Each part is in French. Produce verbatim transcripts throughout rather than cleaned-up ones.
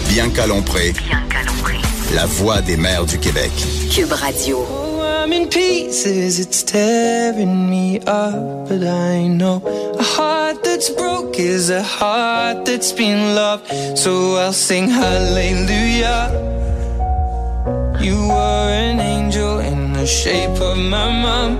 Bianca Lompré. Bianca Lompré. La voix des mères du Québec. Cube Radio. Oh, I'm in pieces, it's tearing me up, but I know a heart that's broke is a heart that's been loved. So I'll sing hallelujah. You were an angel in the shape of my mom.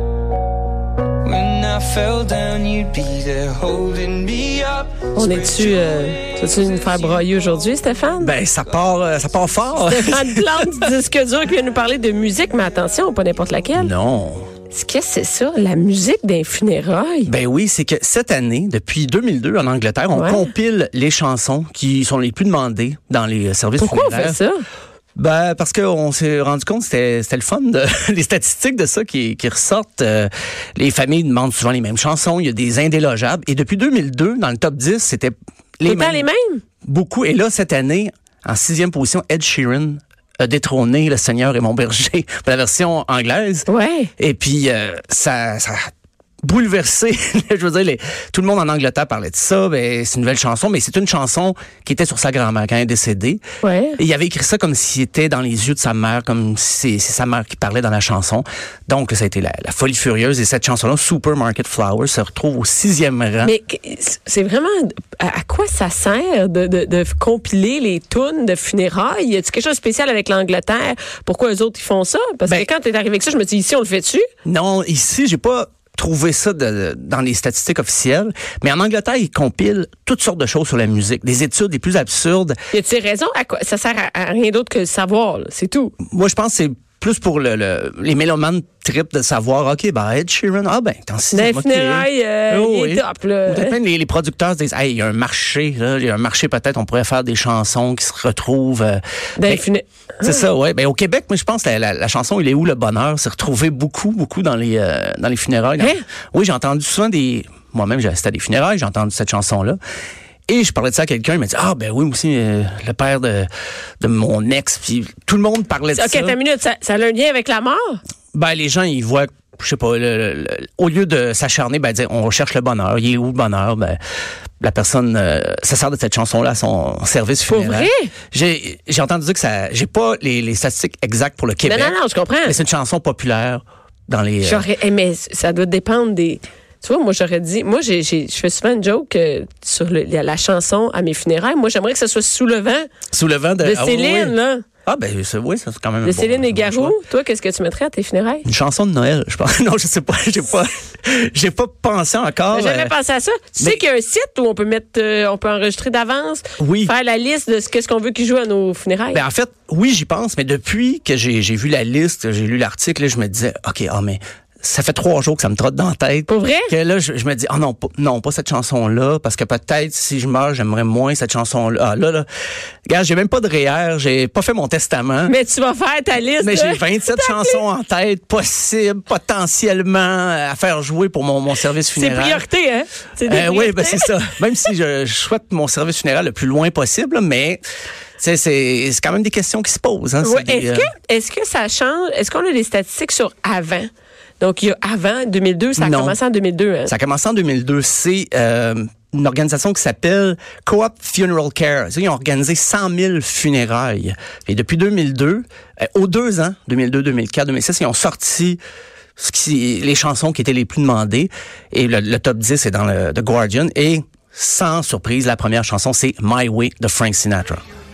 When I fell down, you'd be there holding me up. On est-tu, euh, vas-tu nous faire broyer aujourd'hui, Stéphane? Ben, ça part, euh, ça part fort. Stéphane Plante du Disque dur qui vient nous parler de musique, mais attention, pas n'importe laquelle. Non. Qu'est-ce que c'est ça, la musique d'un funérailles? Ben oui, c'est que cette année, depuis deux mille deux en Angleterre, on Ouais. compile les chansons qui sont les plus demandées dans les services Pourquoi on funéraires. fait ça? Ben, parce qu'on s'est rendu compte que c'était, c'était le fun, de, les statistiques de ça qui, qui ressortent. Euh, les familles demandent souvent les mêmes chansons, il y a des indélogeables. Et depuis deux mille deux, dans le top dix, c'était les Tout le temps mêmes. les mêmes? Beaucoup. Et là, cette année, en sixième position, Ed Sheeran a détrôné Le Seigneur est mon berger, pour la version anglaise. Ouais. Et puis, euh, ça, ça a bouleversé, je veux dire, les, tout le monde en Angleterre parlait de ça. Ben, c'est une nouvelle chanson, mais c'est une chanson qui était sur sa grand-mère quand elle est décédée. Ouais. Et il avait écrit ça comme s'il était dans les yeux de sa mère, comme si c'est, c'est sa mère qui parlait dans la chanson. Donc, ça a été la, la folie furieuse. Et cette chanson-là, Supermarket Flowers, se retrouve au sixième rang. Mais c'est vraiment... À, à quoi ça sert de, de, de compiler les tunes de funérailles? Y a-t-il quelque chose de spécial avec l'Angleterre? Pourquoi eux autres, ils font ça? Parce Ben, que quand t'es arrivé avec ça, je me dis, ici, on le fait-tu? Non, ici, j'ai pas trouvé ça de, de, dans les statistiques officielles. Mais en Angleterre, ils compilent toutes sortes de choses sur la musique. Des études les plus absurdes. Y a-t-il raison? À quoi? Ça sert à, à rien d'autre que le savoir, là. C'est tout. Moi, je pense que c'est plus pour le, le, les mélomanes trip de savoir, OK, ben Ed Sheeran, ah ben, t'en sais. Dans les funérailles, euh, Oh, il est oui. top, là. Ou peut-être même les, les producteurs se disent, hey, il y a un marché, là, il y a un marché peut-être, on pourrait faire des chansons qui se retrouvent. Euh, Dans les ben, funé- C'est ça, ouais. Ben, au Québec, moi, je pense que la, la, la chanson Il est où le bonheur s'est retrouvée beaucoup, beaucoup dans les, euh, dans les funérailles. Hein? Oui, j'ai entendu souvent des. Moi-même, j'ai assisté à des funérailles, j'ai entendu cette chanson-là. Et je parlais de ça à quelqu'un, il m'a dit, ah, ben oui, aussi, euh, le père de, de mon ex, puis tout le monde parlait de OK, ça. attends une minute, ça, ça a un lien avec la mort? Ben, les gens, ils voient, je sais pas, le, le, le, au lieu de s'acharner, ben, dire, on recherche le bonheur, il est où le bonheur? Ben, la personne euh, se sert de cette chanson-là à son service Pour funéraire. vrai? J'ai, j'ai entendu dire que ça, j'ai pas les, les statistiques exactes pour le Québec. Non, non, non, je comprends. Mais c'est une chanson populaire dans les... euh, J'aurais, eh, mais ça doit dépendre des... Tu vois, moi, j'aurais dit... Moi, j'ai, j'ai, je fais souvent une joke euh, sur le, la, la chanson à mes funérailles. Moi, j'aimerais que ça soit Sous le vent Sous le vent de... de Ah, oui, Céline, oui. là. Ah, ben, c'est, oui, ça, c'est quand même... De un bon- Céline et un bon Garou. choix. Toi, qu'est-ce que tu mettrais à tes funérailles? Une chanson de Noël, je pense. Non, je sais pas. J'ai pas, j'ai pas pensé encore. J'ai jamais euh, pensé à ça. Tu mais- sais qu'il y a un site où on peut mettre, euh, on peut enregistrer d'avance, Oui. faire la liste de ce qu'est-ce qu'on veut qu'ils jouent à nos funérailles. Ben, en fait, oui, j'y pense, mais depuis que j'ai, j'ai vu la liste, j'ai lu l'article, là, je me disais, OK, ah, mais ça fait trois jours que ça me trotte dans la tête. Pour vrai? Que là, je, je me dis, ah non, pas, non, pas cette chanson-là, parce que peut-être, si je meurs, j'aimerais moins cette chanson-là. Ah, là, là, regarde, j'ai même pas de R E E R, j'ai pas fait mon testament. Mais tu vas faire ta liste. Mais là. j'ai vingt-sept chansons en tête, possibles, potentiellement, à faire jouer pour mon, mon service C'est funéraire. priorité, hein? C'est des Euh, oui, priorités. ben c'est ça. Même si je, je souhaite mon service funéraire le plus loin possible, là, mais c'est, c'est, c'est quand même des questions qui se posent. Hein, Ouais, C'est des, est-ce, euh, que, est-ce que ça change? Est-ce qu'on a des statistiques sur avant? Donc, il y a avant deux mille deux, ça a Non. commencé en deux mille deux. Hein? Ça a commencé en deux mille deux. C'est euh, une organisation qui s'appelle Co-op Funeral Care. Ils ont organisé cent mille funérailles. Et depuis deux mille deux, euh, aux deux ans, deux mille deux, deux mille quatre, deux mille six, ils ont sorti ce qui, les chansons qui étaient les plus demandées. Et le, le top dix est dans le The Guardian. Et sans surprise, la première chanson, c'est My Way de Frank Sinatra.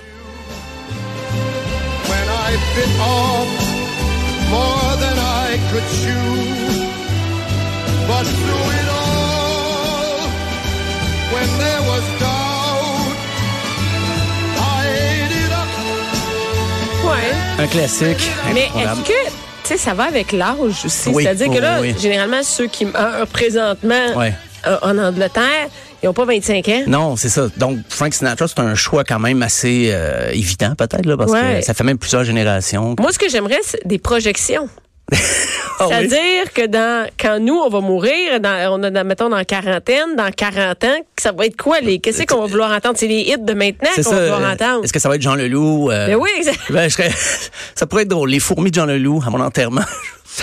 When I bit off more than I could chew, but through it all, when there was doubt, I ate it up. Ouais. Un classique. Mais incontournable. est-ce que, tu sais, ça va avec l'âge aussi? Oui. C'est-à-dire que Oui, là, oui. généralement, ceux qui meurent présentement Ouais. euh, en Angleterre, ils n'ont pas vingt-cinq ans. Non, c'est ça. Donc, Frank Sinatra, c'est un choix quand même assez euh, évident, peut-être, là, parce Ouais. que ça fait même plusieurs générations. Moi, ce que j'aimerais, c'est des projections. Ah oui? C'est-à-dire que dans, quand nous, on va mourir, dans, on a, dans, mettons, dans quarantaine, dans quarante ans, ça va être quoi? Les, qu'est-ce qu'on va vouloir entendre? C'est les hits de maintenant C'est qu'on ça. va vouloir euh, entendre. Est-ce que ça va être Jean Leloup? euh, Mais oui, exact. ben, je serais- ça pourrait être drôle. Les fourmis de Jean Leloup à mon enterrement.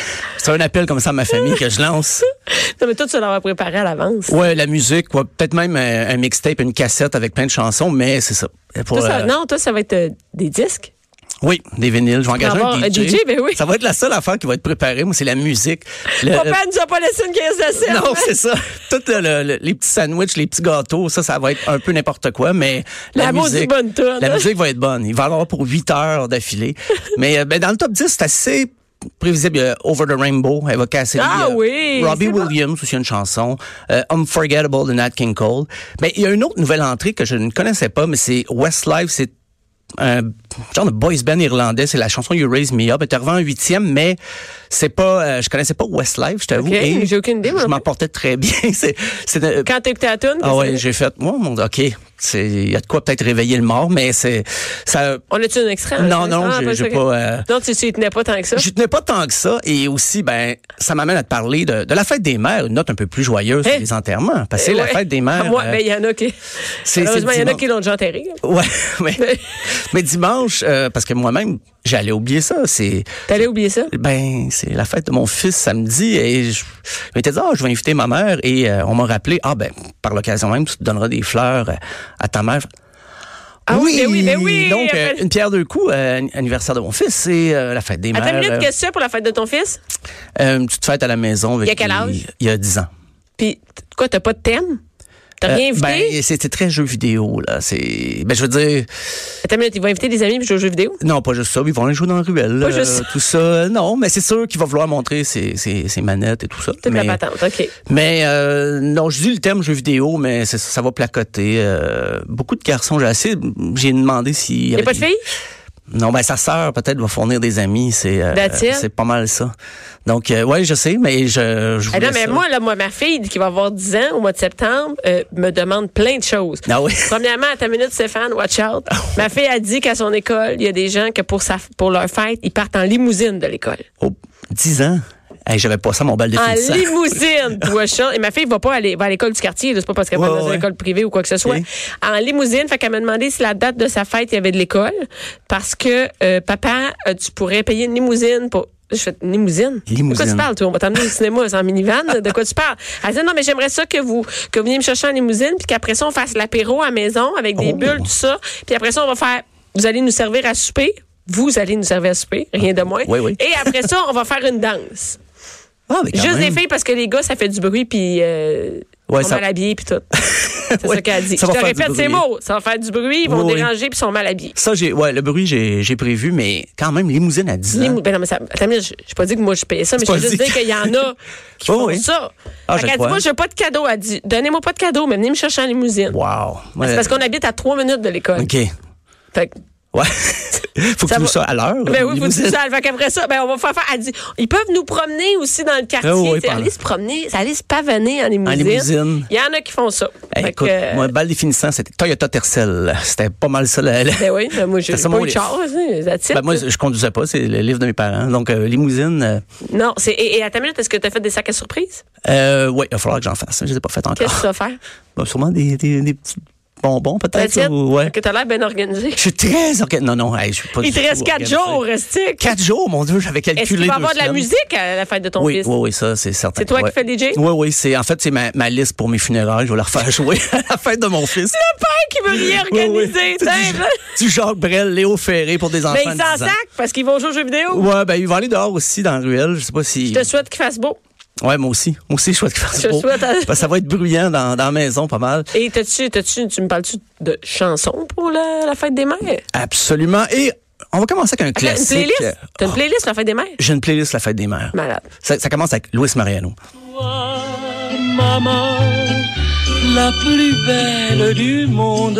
C'est un appel comme ça à ma famille que je lance. Non, mais toi, tu l'avais préparé à l'avance. Ouais, la musique, ouais, peut-être même un, un mixtape, une cassette avec plein de chansons, mais c'est ça. Pour, Toi, ça euh, non, toi, ça va être euh, des disques. Oui, des vinyles. Je vais engager avoir un un D J. D J, ben oui. Ça va être la seule affaire qui va être préparée. Moi, c'est la musique. Le- Papa nous a pas laissé une caisse de sel. Non, c'est ça. Tout le- le- le- les petits sandwichs, les petits gâteaux, ça, ça va être un peu n'importe quoi, mais la, La maudite musique, bonne toune, la hein? musique va être bonne. Il va y avoir pour huit heures d'affilée. mais euh, ben, dans le top dix, c'est assez prévisible. Il y a Over the Rainbow, Eva Cassidy. Ah euh, oui, Robbie c'est bon. Williams, aussi une chanson. Euh, Unforgettable de Nat King Cole. Mais il y a une autre nouvelle entrée que je ne connaissais pas, mais c'est Westlife. C'est un genre de boys band irlandais, c'est la chanson You Raise Me Up. Elle est arrivée en huitième, mais c'est pas, euh, je connaissais pas Westlife, je t'avoue. Ok, et j'ai aucune idée, moi Je non m'en plus. portais très bien. c'est, c'est, euh, Quand t'as écouté la tune, ah ouais, j'ai fait, moi, mon, ok, c'est, il y a de quoi peut-être réveiller le mort, mais c'est, ça. on a-tu un extrait? Non, un non, extrait? j'ai, Ah, j'ai ok. pas. Euh, Non, tu tu y tenais pas tant que ça. je tenais pas tant que ça, et aussi, ben, ça m'amène à te parler de, de la fête des mères, une note un peu plus joyeuse Hein? sur les enterrements, parce que c'est Eh la ouais. fête des mères. Moi, euh, ben, il y en a qui. c'est- Malheureusement, c'est il y en a dimanche. qui l'ont déjà enterré. Ouais, mais, mais dimanche, euh, parce que moi-même, j'allais oublier ça, c'est. T'allais oublier ça? Ben, c'est la fête de mon fils samedi et je, je m'étais dit, ah, je vais inviter ma mère et euh, on m'a rappelé, ah ben, par l'occasion même, tu te donneras des fleurs euh, à ta mère. Ah oui, ben oui, ben oui. Donc, euh, Après- une pierre deux coups, euh, anniversaire de mon fils, c'est euh, la fête des Attends mères. une minute, euh, qu'est-ce que c'est pour la fête de ton fils? euh, une petite fête à la maison. Avec Il y a quel les- âge? Il y a dix ans. Puis, quoi, t'as pas de thème? T'as rien Euh, invité? ben, c'était très jeu vidéo, là. C'est, ben, je veux dire, Attends une minute, il va inviter des amis pour jouer aux jeux vidéo? non, pas juste ça, ils vont aller jouer dans la ruelle. Pas euh, juste ça. tout ça. Non, mais c'est sûr qu'il va vouloir montrer ses, ses, ses manettes et tout ça. Toute mais, la patente, OK. Mais euh, non, je dis le terme jeu vidéo, mais c'est- ça va placoter. Euh, beaucoup de garçons, j'ai assez, j'ai demandé s'il y Il y a avait pas de des- filles? Non, ben sa sœur peut-être va fournir des amis, c'est euh, That's it? c'est pas mal ça. Donc euh, ouais, je sais, mais je, je Ah voulais non, mais ça. moi, là, moi, ma fille qui va avoir dix ans au mois de septembre euh, me demande plein de choses. Ah oui. Premièrement, à ta minute, Stéphane, watch out. Ma fille a dit qu'à son école, il y a des gens que pour sa pour leur fête, ils partent en limousine de l'école. Oh, dix ans. Hey, j'avais pas ça à mon bal de En finissant. limousine, tu vois ça. Et ma fille va pas aller va à l'école du quartier, là, c'est pas parce qu'elle va Ouais, dans ouais. une école privée ou quoi que ce soit. Ok. En limousine, fait qu'elle m'a demandé si la date de sa fête, il y avait de l'école. Parce que, euh, papa, euh, tu pourrais payer une limousine pour. Je fais une limousine. Limousine. De quoi tu parles, toi? On va t'emmener au cinéma, c'est en minivan. De quoi tu parles? Elle dit, non, mais j'aimerais ça que vous, que vous veniez me chercher en limousine, puis qu'après ça, on fasse l'apéro à la maison avec des Oh. bulles, tout ça. Puis après ça, on va faire, vous allez nous servir à souper. Vous allez nous servir à souper, rien de moins. Oui, oui. Et après ça, on va faire une danse. Ah, mais quand Juste même. des filles parce que les gars, ça fait du bruit puis euh, Ouais, ils sont ça- mal habillés puis tout. C'est Ouais, ça qu'elle a dit. ça Je va te faire du répète ces bruit. mots. Ça va faire du bruit, ils vont Oui, oui. déranger puis ils sont mal habillés. Ça, j'ai, ouais, le bruit, j'ai, j'ai prévu, mais quand même, limousine à dix ans. Les- Ben non, mais ça, attends, mais je n'ai pas dit que moi je payais ça, mais C'est je veux pas juste dit dire qu'il y en a qui Oh, font oui. ça. Ah, Fait je qu'elle dit, crois. moi, je n'ai pas de cadeau. Elle dit, donnez-moi pas de cadeau, mais venez me chercher en limousine. Wow. Ouais. C'est parce qu'on habite à trois minutes de l'école. OK. Fait que- Ouais. Faut que Ça tu nous va- ça à l'heure. Ben oui, faut que limousine. tu ça. Fait qu'après ça, ben on va faire faire. Elle dit, ils peuvent nous promener aussi dans le quartier. Ah oui, Tu sais, pendant- aller se promener, aller se pavaner en limousine. limousine. Il y en a qui font ça. Hey, Fait écoute, que, euh, moi, balle définissant, c'était Toyota Tercel. C'était pas mal ça. La, la- Ben oui, ben moi, j'ai C'était ça, pas mon eu de livre. char, hein, that's it. Ben, moi, je conduisais pas, c'est le livre de mes parents. Donc, euh, limousine, euh, Non, c'est, et, et à ta minute, est-ce que tu as fait des sacs à surprise? euh, ouais, il va falloir que j'en fasse. Je les ai pas fait encore. Qu'est-ce que tu vas faire? Ben, sûrement des, des, des petits bonbons, peut-être. That's it? ou- ouais. Que tu as l'air bien organisé. Je suis très organisé. Non, non, hey, je suis pas Il du te tout reste quatre organisé. jours, Restic. Quatre jours, mon Dieu, j'avais calculé. Est-ce qu'il va y deux avoir de la semaines. musique à la fête de ton Oui, fils? oui, oui, ça, c'est certain. C'est toi Ouais. qui fais le D J? Oui, oui, c'est, en fait, c'est ma, ma liste pour mes funérailles. Je vais leur faire jouer à la fête de mon fils. Le père qui veut rien Oui, oui. organiser. C'est Tiens, du, là. du Jacques Brel, Léo Ferré pour des enfants Mais ils de s'en dix ans. sacent parce qu'ils vont jouer aux jeux vidéo. Ouais, ben, ils vont aller dehors aussi dans la ruelle. Je sais pas si. Je te souhaite qu'il fasse beau. Ouais, moi aussi. Moi aussi, je souhaite qu'il fasse Je beau. souhaite à- Parce que ça va être bruyant dans, dans la maison, pas mal. Et t'as-tu, t'as-tu, tu me parles-tu de chansons pour la, la fête des mères? Absolument. Et on va commencer avec un T'as une classique. playlist? T'as une playlist pour la fête des mères? J'ai une playlist La Fête des Mères. Malade. Ça, ça commence avec Luis Mariano. Toi, maman, la plus belle du monde,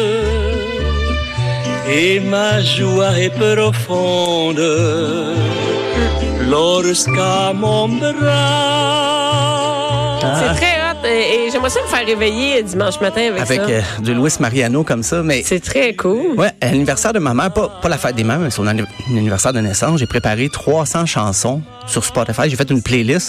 et ma joie est profonde lorsqu'à mon bras. C'est très hot et, et j'aimerais ça me faire réveiller dimanche matin avec, Avec ça. euh, de Luis Mariano comme ça. Mais C'est très cool. ouais, à l'anniversaire de ma mère, pas, pas la fête des mères, mais son anni- anniversaire de naissance, j'ai préparé trois cents chansons sur Spotify. J'ai fait une playlist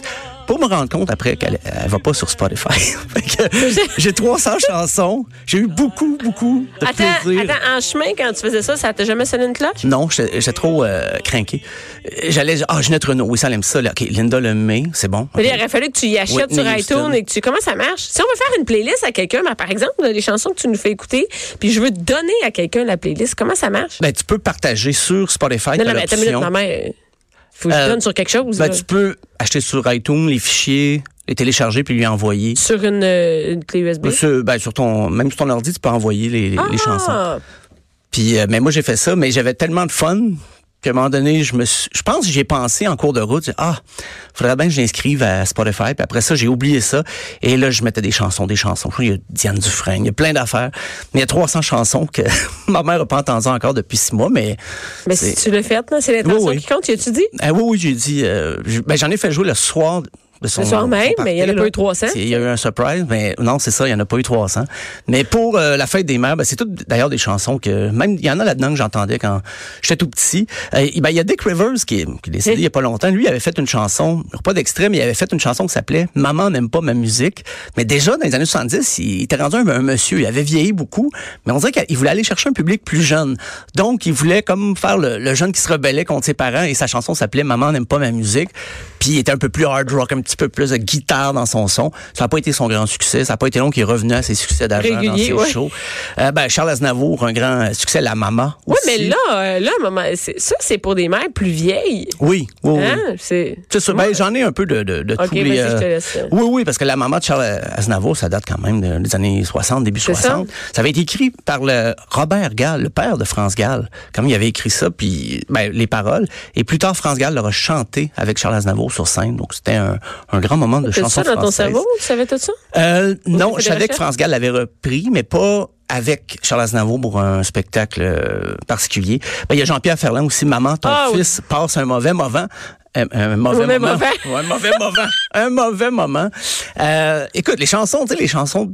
pour me rendre compte après qu'elle elle va pas sur Spotify. Fait que j'ai trois cents chansons. J'ai eu beaucoup, beaucoup de attends, plaisir. Attends, en chemin, quand tu faisais ça, ça t'a jamais sonné une cloche? Non, j'étais, j'étais trop euh, craqué. J'allais dire, ah, Ginette Renault, oui, ça, elle aime ça. Là. OK, Linda Lemay, c'est bon. Mais il aurait fallu que tu y achètes Whitney sur iTunes Houston. et que tu... Comment ça marche? Si on veut faire une playlist à quelqu'un, ben, par exemple, les chansons que tu nous fais écouter, puis je veux donner à quelqu'un la playlist, comment ça marche? Ben, tu peux partager sur Spotify. Non, t'as non, mais attends une minute, l'option. ma mère... Faut que je Euh, donne sur quelque chose. Ben, là. tu peux acheter sur iTunes les fichiers, les télécharger puis lui envoyer. Sur une, euh, une clé U S B? Sur, ben, sur ton, même sur ton ordi, tu peux envoyer les, les, ah! les chansons. Puis, euh, mais moi, j'ai fait ça, mais j'avais tellement de fun qu'à un moment donné, je me suis, je pense que j'ai pensé en cours de route, j'ai dit, ah, faudrait bien que j'inscrive à Spotify. Puis après ça, j'ai oublié ça. Et là, je mettais des chansons, des chansons. Il y a Diane Dufresne, il y a plein d'affaires. Mais il y a trois cents chansons que ma mère n'a pas entendues encore depuis six mois, mais... Mais si tu l'as fait, là, c'est l'intention Oui, oui. qui compte, y as-tu dit? Ah oui, oui, j'ai dit... Euh, je- ben, j'en ai fait jouer le soir... De son, Le soir même, son mais il y en a party, pas là. eu trois cents. C'est- Il y a eu un surprise, mais non, c'est ça, il y en a pas eu trois cents. Mais pour euh, la fête des mères, ben, c'est toutes d'ailleurs des chansons que même il y en a là-dedans que j'entendais quand j'étais tout petit. Euh, ben, il y a Dick Rivers qui est, qui est décédé il y a pas longtemps. Lui, il avait fait une chanson, pas d'extrait, mais il avait fait une chanson qui s'appelait Maman n'aime pas ma musique. Mais déjà dans les années soixante-dix, il était rendu un, un monsieur, il avait vieilli beaucoup, mais on dirait qu'il voulait aller chercher un public plus jeune. Donc il voulait comme faire le, le jeune qui se rebellait contre ses parents et sa chanson s'appelait Maman n'aime pas ma musique. Puis il était un peu plus hard rock, un petit peu plus de guitare dans son son. Ça n'a pas été son grand succès. Ça n'a pas été long qu'il est revenu à ses succès d'avant dans Régulier, ses ouais. shows. Euh, ben, Charles Aznavour, un grand succès, La Mama. Oui, aussi. mais là, euh, là, maman, c'est- ça, c'est pour des mères plus vieilles. Oui, oui, oui. Hein? C'est... C'est ça. Ben, j'en ai un peu de, de, de Ok, tous les... vas-y, je te laisse. Oui, oui, parce que La Mama de Charles Aznavour, ça date quand même de- des années soixante, début C'est soixante. Ça. avait été écrit par le Robert Gall, le père de France Gall. Comme il avait écrit ça, puis ben, les paroles. Et plus tard, France Gall l'aura chanté avec Charles Aznavour sur scène. Donc, c'était un, un grand moment de T'as chanson ça dans ton française. cerveau? Tu savais tout ça? Euh, non, fait je des savais que recherches? France Gall l'avait repris, mais pas avec Charles Aznavour pour un spectacle euh, particulier. Ben, il y a Jean-Pierre Ferland aussi, Maman, ton Ah, oui. fils passe un mauvais moment. Un, un mauvais Mauvais moment. moment. Ouais, un mauvais moment. Un mauvais moment. Euh, écoute, les chansons, tu sais, les chansons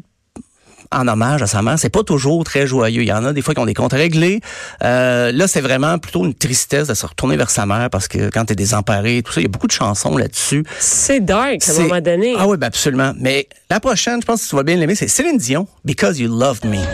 en hommage à sa mère, c'est pas toujours très joyeux. Il y en a des fois qui ont des comptes réglés. Euh, là, c'est vraiment plutôt une tristesse de se retourner vers sa mère parce que quand t'es désemparé et tout ça, il y a beaucoup de chansons là-dessus. C'est dark, à un C'est- moment donné. Ah oui, ben absolument. Mais la prochaine, je pense que tu vas bien l'aimer, c'est Céline Dion, Because You Loved Me.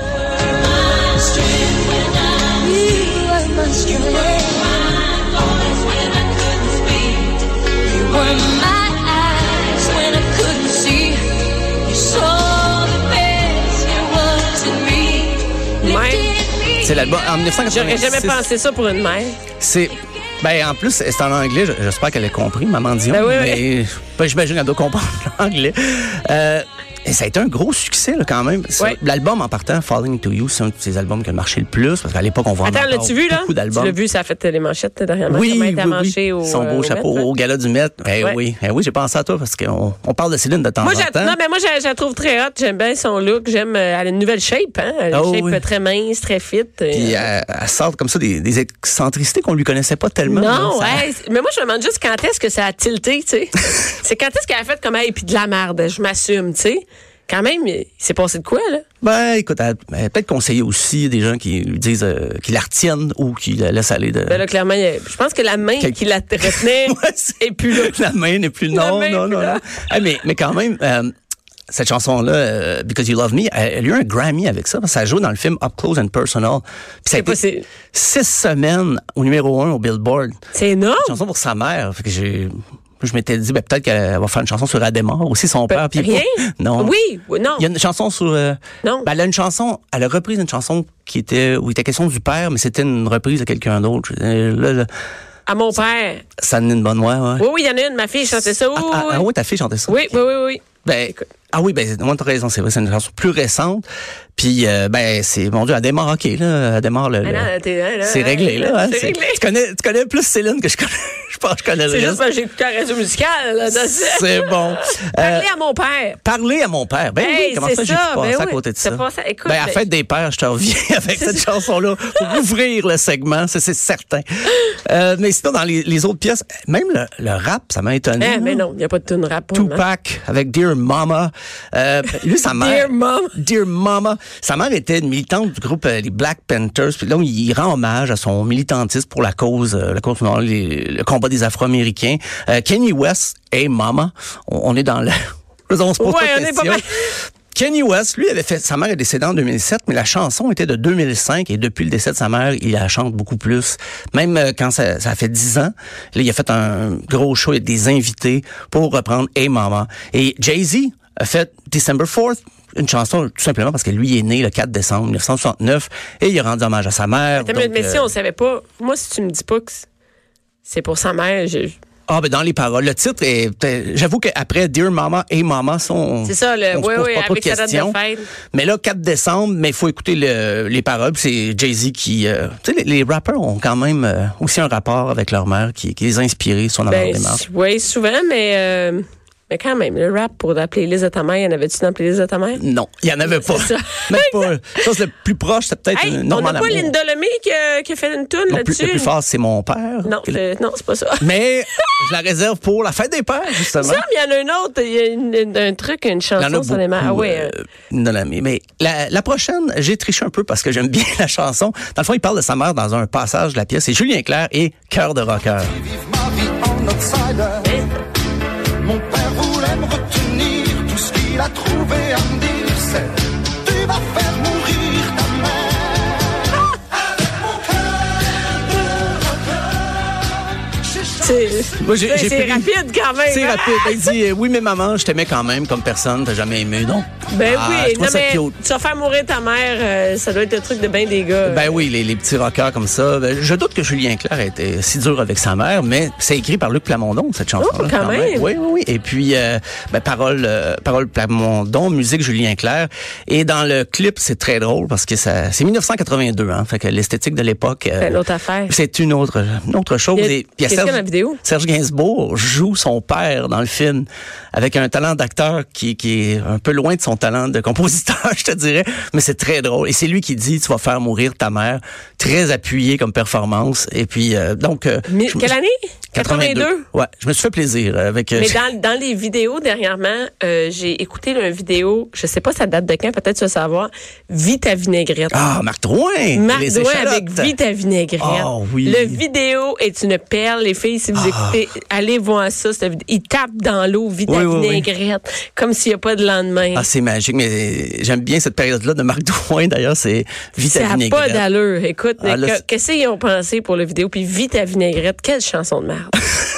C'est l'album en dix-neuf cent quatre-vingt-six. J'aurais jamais pensé ça pour une mère. C'est ben en plus c'est en anglais. J'espère qu'elle a compris, Maman Dion. Ben oui, oui. mais ben, j'imagine qu'elle doit comprendre l'anglais. Euh, et ça a été un gros succès là, quand même. Ça, Ouais. L'album en partant, Falling to You, c'est un de ces albums qui a marché le plus parce qu'à l'époque on vendait Attends, encore l'as-tu vu, là? beaucoup Tu d'albums. l'as vu, ça a fait les manchettes dernièrement. Oui, Comment oui, elle t'a oui. manché au, Son euh, beau au chapeau Met, au gala du Met. Eh Ouais. oui, eh oui, j'ai pensé à toi parce qu'on on parle de Céline de temps Moi, en j'ai- temps. non, mais moi, je je la trouve très hot. J'aime bien son look. J'aime, euh, elle a une nouvelle shape, hein. Elle a Oh, une shape oui. euh, très mince, très fit. Puis euh, elle, elle sort comme ça des, des excentricités qu'on lui connaissait pas tellement. Non, Ça- hey, mais moi, je me demande juste quand est-ce que ça a tilté, tu sais. C'est quand est-ce qu'elle a fait comme, hey, puis de la merde, je m'assume, tu sais. Quand même, il s'est passé de quoi, là? Ben, écoute, elle, elle a peut-être conseillé aussi des gens qui lui disent euh, qu'ils la retiennent ou qui la laissent aller de... Ben là, clairement, il y a- je pense que la main Quel- qui la retenait Ouais, c'est- est plus là. La main n'est plus... La Non, main non, est plus non, là. non. Eh, mais, mais quand même, euh, cette chanson-là, euh, Because You Love Me, elle, elle a eu un Grammy avec ça. Ça joue dans le film Up Close and Personal. Puis ça a C'est été possible. six semaines au numéro un au Billboard. C'est énorme. Une chanson pour sa mère. Fait que j'ai... Je m'étais dit, ben, peut-être qu'elle va faire une chanson sur Adémar, aussi son père. Puis il est Rien? pas- Non. Oui, oui, non. Il y a une chanson sur... euh, Non. Ben, elle a une chanson, elle a repris une chanson qui était, où il était question du père, mais c'était une reprise de quelqu'un d'autre. Euh, Là, là, À mon père. ça donne une bonne voix, ouais. Oui, oui, il y en a une, ma fille chantait ça. Oui, Ah, oui, ah, oui. ah oui, ta fille chantait ça. Oui, oui, oui, oui. Ben, ah oui, ben, moi, t'as raison, c'est vrai, c'est une chanson plus récente. Puis, euh, ben, c'est, mon Dieu, elle démarre, OK, là, elle démarre le... Ah le- non, t'es- ah, là, c'est réglé, là. hein, C'est réglé. Tu connais, tu connais plus Céline que je connais. Je pense que je connais le C'est juste reste. parce que j'ai écouté la radio musicale. Là, dans ce- C'est bon. Euh, Parler à mon père. Parler à mon père. Ben Hey, oui, comment c'est ça, j'ai ça, pu passer ben à oui. côté de T'as ça? passé- écoute, ben, à la ben- fête des pères, je te reviens avec cette chanson-là pour ouvrir le segment, ça, c'est certain. Euh, mais sinon, dans les, les autres pièces, même le, le rap, ça m'a étonné. Eh, là. mais non, il n'y a pas de tune rap pour moi. Tupac avec Dear Mama. Euh, lui, sa mère... Dear Mama. Dear Mama. Sa mère était une militante du groupe euh, les Black Panthers. Puis là, il rend hommage à son militantisme pour la cause, euh, la cause non, les, le combat des Afro-Américains. Euh, Kanye West, Hey Mama. On, on est dans le... On se pose Ouais, pas de on est questions. pas mal. Kanye West, lui, avait fait, sa mère est décédée en deux mille sept, mais la chanson était de deux mille cinq et depuis le décès de sa mère, il la chante beaucoup plus. Même euh, quand ça, ça a fait dix ans, là, il a fait un gros show avec des invités pour reprendre Hey Mama. Et Jay-Z a fait December fourth, une chanson tout simplement parce que lui il est né le quatre décembre dix-neuf cent soixante-neuf et il a rendu hommage à sa mère. Attends, donc, mais euh, si on savait pas, moi, si tu me dis pas que c'est pour sa mère, je... Ah, ben dans les paroles. Le titre est... J'avoue qu'après Dear Mama, Hey Mama, ça, on, c'est ça, le, on se oui, pose oui, pas trop de avec sa date questions. de fête. Mais là, quatre décembre, mais il faut écouter le, les paroles. Puis c'est Jay-Z qui... Euh, tu sais, les, les rappeurs ont quand même euh, aussi un rapport avec leur mère qui, qui les a inspirés sur la Ben, démarche. oui, souvent, mais... Euh... Mais quand même, le rap pour la playlist de ta mère, y en avait-tu dans la playlist de ta mère? Non, il n'y en avait pas. C'est ça. Même pas. Ça, c'est le plus proche, c'est peut-être Hey, une on Normand n'a pas Lamour. Linda Lemay qui, a- qui a fait une toune Non, plus, là-dessus? le plus fort, c'est mon père. Non, c'est, non, c'est pas ça. Mais je la réserve pour la fête des pères, justement. Ça, mais il y en a un autre, il y a une- une- un truc, une Il y en a chanson sur les mères. Ah beaucoup, ouais. euh, non, non, mais, mais la, la prochaine, j'ai triché un peu parce que j'aime bien la chanson. Dans le fond, il parle de sa mère dans un passage de la pièce. C'est Julien Clerc et Cœur de rocker. Vive ma vie en outsider. Mon père voulait me retenir. Tout ce qu'il a trouvé à me dire, c'est tu vas faire mourir ta mère. Avec mon cœur de rocker. J'ai C'est, Moi, j'ai- c'est, j'ai c'est pris- rapide quand même. C'est hein? rapide. Il dit, euh, oui, mais maman, je t'aimais quand même comme personne. T'as jamais aimé, non? Ben Ah, oui, je trouve non ça mais cute. tu vas faire mourir ta mère, euh, ça doit être le truc de bien des gars. Ben oui, les, les petits rockers comme ça. Ben, je doute que Julien Clerc était si dur avec sa mère, mais c'est écrit par Luc Plamondon, cette chanson-là. Oh, quand même. Oui, oui, oui. Et puis, euh, ben, parole, euh, parole Plamondon, musique Julien Clerc. Et dans le clip, c'est très drôle parce que ça, c'est dix-neuf cent quatre-vingt-deux, hein. Fait que l'esthétique de l'époque, euh, C'est une autre affaire. c'est une autre, une autre chose. Il y a- Et puis, il y a qu'est-ce qu'il y a Serge- dans la vidéo? Serge Gainsbourg joue son père dans le film avec un talent d'acteur qui, qui est un peu loin de son talent de compositeur, je te dirais, mais c'est très drôle. Et c'est lui qui dit, tu vas faire mourir ta mère, très appuyé comme performance. Et puis, euh, donc... euh, Mi- je me quelle suis- année? quatre-vingt-deux? Ouais, je me suis fait plaisir avec... euh, Mais dans, dans les vidéos dernièrement, euh, j'ai écouté une vidéo, je sais pas ça date de quand, peut-être tu vas savoir, Vie ta vinaigrette. Ah, Marc Drouin! Marc les Drouin échalotes. avec Vie ta vinaigrette. Oh, oui. Le vidéo est une perle, les filles, si vous écoutez, allez voir ça. cette vidéo. Il tape dans l'eau, Vie ta Oui, oui, oui. vinaigrette, comme s'il n'y a pas de lendemain. Ah, c'est magique, mais j'aime bien cette période-là de Marc Drouin, d'ailleurs, c'est Vite Ça à n'a pas vinaigrette. d'allure. Écoute, Ah, là, que- c'est- qu'est-ce qu'ils ont pensé pour le vidéo? Puis Vie ta vinaigrette, quelle chanson de merde.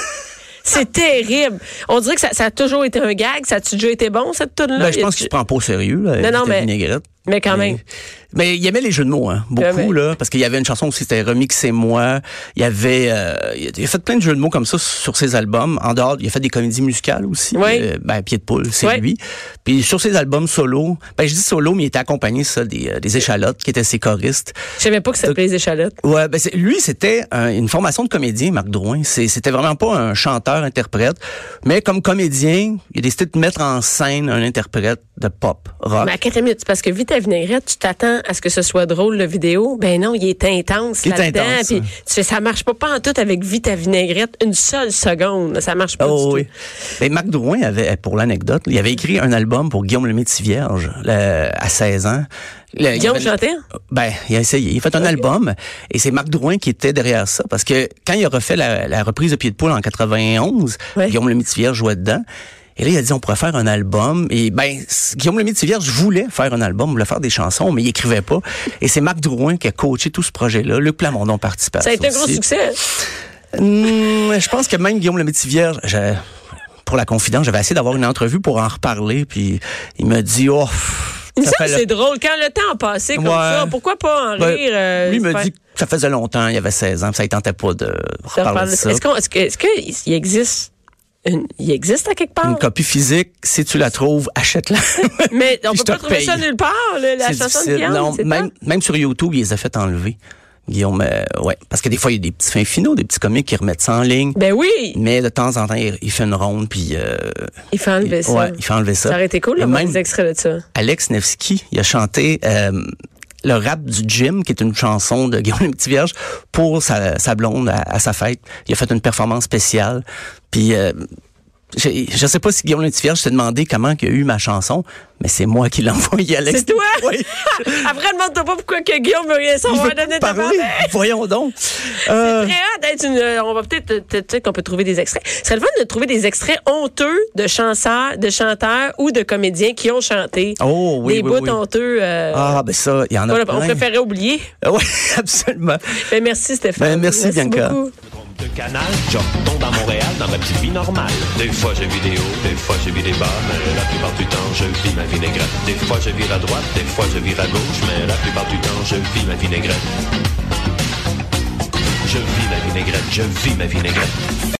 C'est terrible. On dirait que ça, ça a toujours été un gag. Ça a-tu déjà été bon, cette tune-là? Ben, je pense qu'il se prend pas au sérieux, là, Non, Vite non, à mais- vinaigrette. Mais quand même. Mais il aimait les jeux de mots, hein, beaucoup, Ouais, ouais. là, parce qu'il y avait une chanson aussi, c'était Remixez-moi. Il y avait, euh, il a fait plein de jeux de mots comme ça sur ses albums. En dehors, il a fait des comédies musicales aussi. Ouais. Euh, ben, Pied de poule, c'est Ouais. lui. Puis sur ses albums solo, ben, je dis solo, mais il était accompagné, ça, des, euh, des échalotes, qui étaient ses choristes. Je savais pas que ça s'appelait les échalotes. Ouais, ben c'est- lui, c'était un- une formation de comédien, Marc Drouin. C'est- C'était vraiment pas un chanteur-interprète, mais comme comédien, il a décidé de mettre en scène un interprète de pop, rock. Mais à quelques minutes, parce que Vie ta vinaigrette, tu t'attends à ce que ce soit drôle, le vidéo. Ben non, il est intense Il est là-dedans. intense, Puis hein. tu fais, ça marche pas, pas en tout avec Vie ta vinaigrette une seule seconde. Ça marche pas Oh du oui. tout. Ben, Marc Drouin avait, pour l'anecdote, il avait écrit un album pour Guillaume le Métis-Vierge le- à seize ans. Le- il Guillaume avait- chantait? Ben, il a essayé. Il a fait un album et c'est Marc Drouin qui était derrière ça parce que quand il a refait la, la reprise de Pied de poule en quatre-vingt-onze, Ouais. Guillaume le Métis-Vierge jouait dedans. Et là, il a dit, on pourrait faire un album. Et ben, c- Guillaume le Métis-Vierge voulait faire un album, voulait faire des chansons, mais il écrivait pas. Et c'est Marc Drouin qui a coaché tout ce projet-là. Luc Plamondon participait à Ça a été un gros aussi. succès. Hum, je pense que même Guillaume le Métis-Vierge, j'ai- pour la confidence, j'avais essayé d'avoir une entrevue pour en reparler, puis il m'a dit, oh, Il me ça semble fait que c'est drôle. Quand le temps a passé comme Ouais. ça, pourquoi pas en Ben, rire? euh, lui il me faire- dit que ça faisait longtemps, il avait seize ans, puis ça ne tentait pas de de reparler reparler de de- ça. Est-ce qu'on, est-ce que, est-ce que il existe une, il existe à quelque part? Une copie physique, si tu la trouves, achète-la. Mais on Puis peut je te pas trouver ça repaye. nulle part, là, la C'est chanson de difficile. Guillaume. Non, c'est même, même sur YouTube, il les a fait enlever. Guillaume, euh, ouais. Parce que des fois, il y a des petits fins finaux, des petits comiques qui remettent ça en ligne. Ben oui, Mais de temps en temps, il, il fait une ronde, puis... Euh, il fait enlever il, ça. ouais, il fait enlever ça. Ça aurait été cool Et d'avoir même des extraits de ça. Alex Nevsky, il a chanté euh, le rap du gym, qui est une chanson de Guillaume le Petit-Vierge, pour sa, sa blonde à, à sa fête. Il a fait une performance spéciale. Puis... Euh, Je, je sais pas si Guillaume Latifierge s'est demandé comment il a eu ma chanson, mais c'est moi qui l'ai envoyé à l'extérieur. C'est toi? Oui. Après, demande-toi pas pourquoi que Guillaume veut rien savoir. Il veut pas parler. Voyons donc. Euh... C'est très hâte d'être une... On va peut-être... Peut-être qu'on peut trouver des extraits. Ce serait le fun de trouver des extraits honteux de chanteurs, de chanteurs ou de comédiens qui ont chanté. Oh, oui, des oui, bouts oui. honteux. Euh... Ah, ben ça, il y en a Voilà, plein. on préférait oublier. Oui, absolument. Ben, merci, Stéphane. Ben, merci, merci Bianca. Beaucoup. De canal, je retombe dans Montréal dans ma petite vie normale. Des fois je vis des hauts, des fois je vis des bas, mais la plupart du temps je vis ma vinaigrette. Des fois je vire à droite, des fois je vire à gauche, mais la plupart du temps je vis ma vinaigrette. Je vis ma vinaigrette, je vis ma vinaigrette.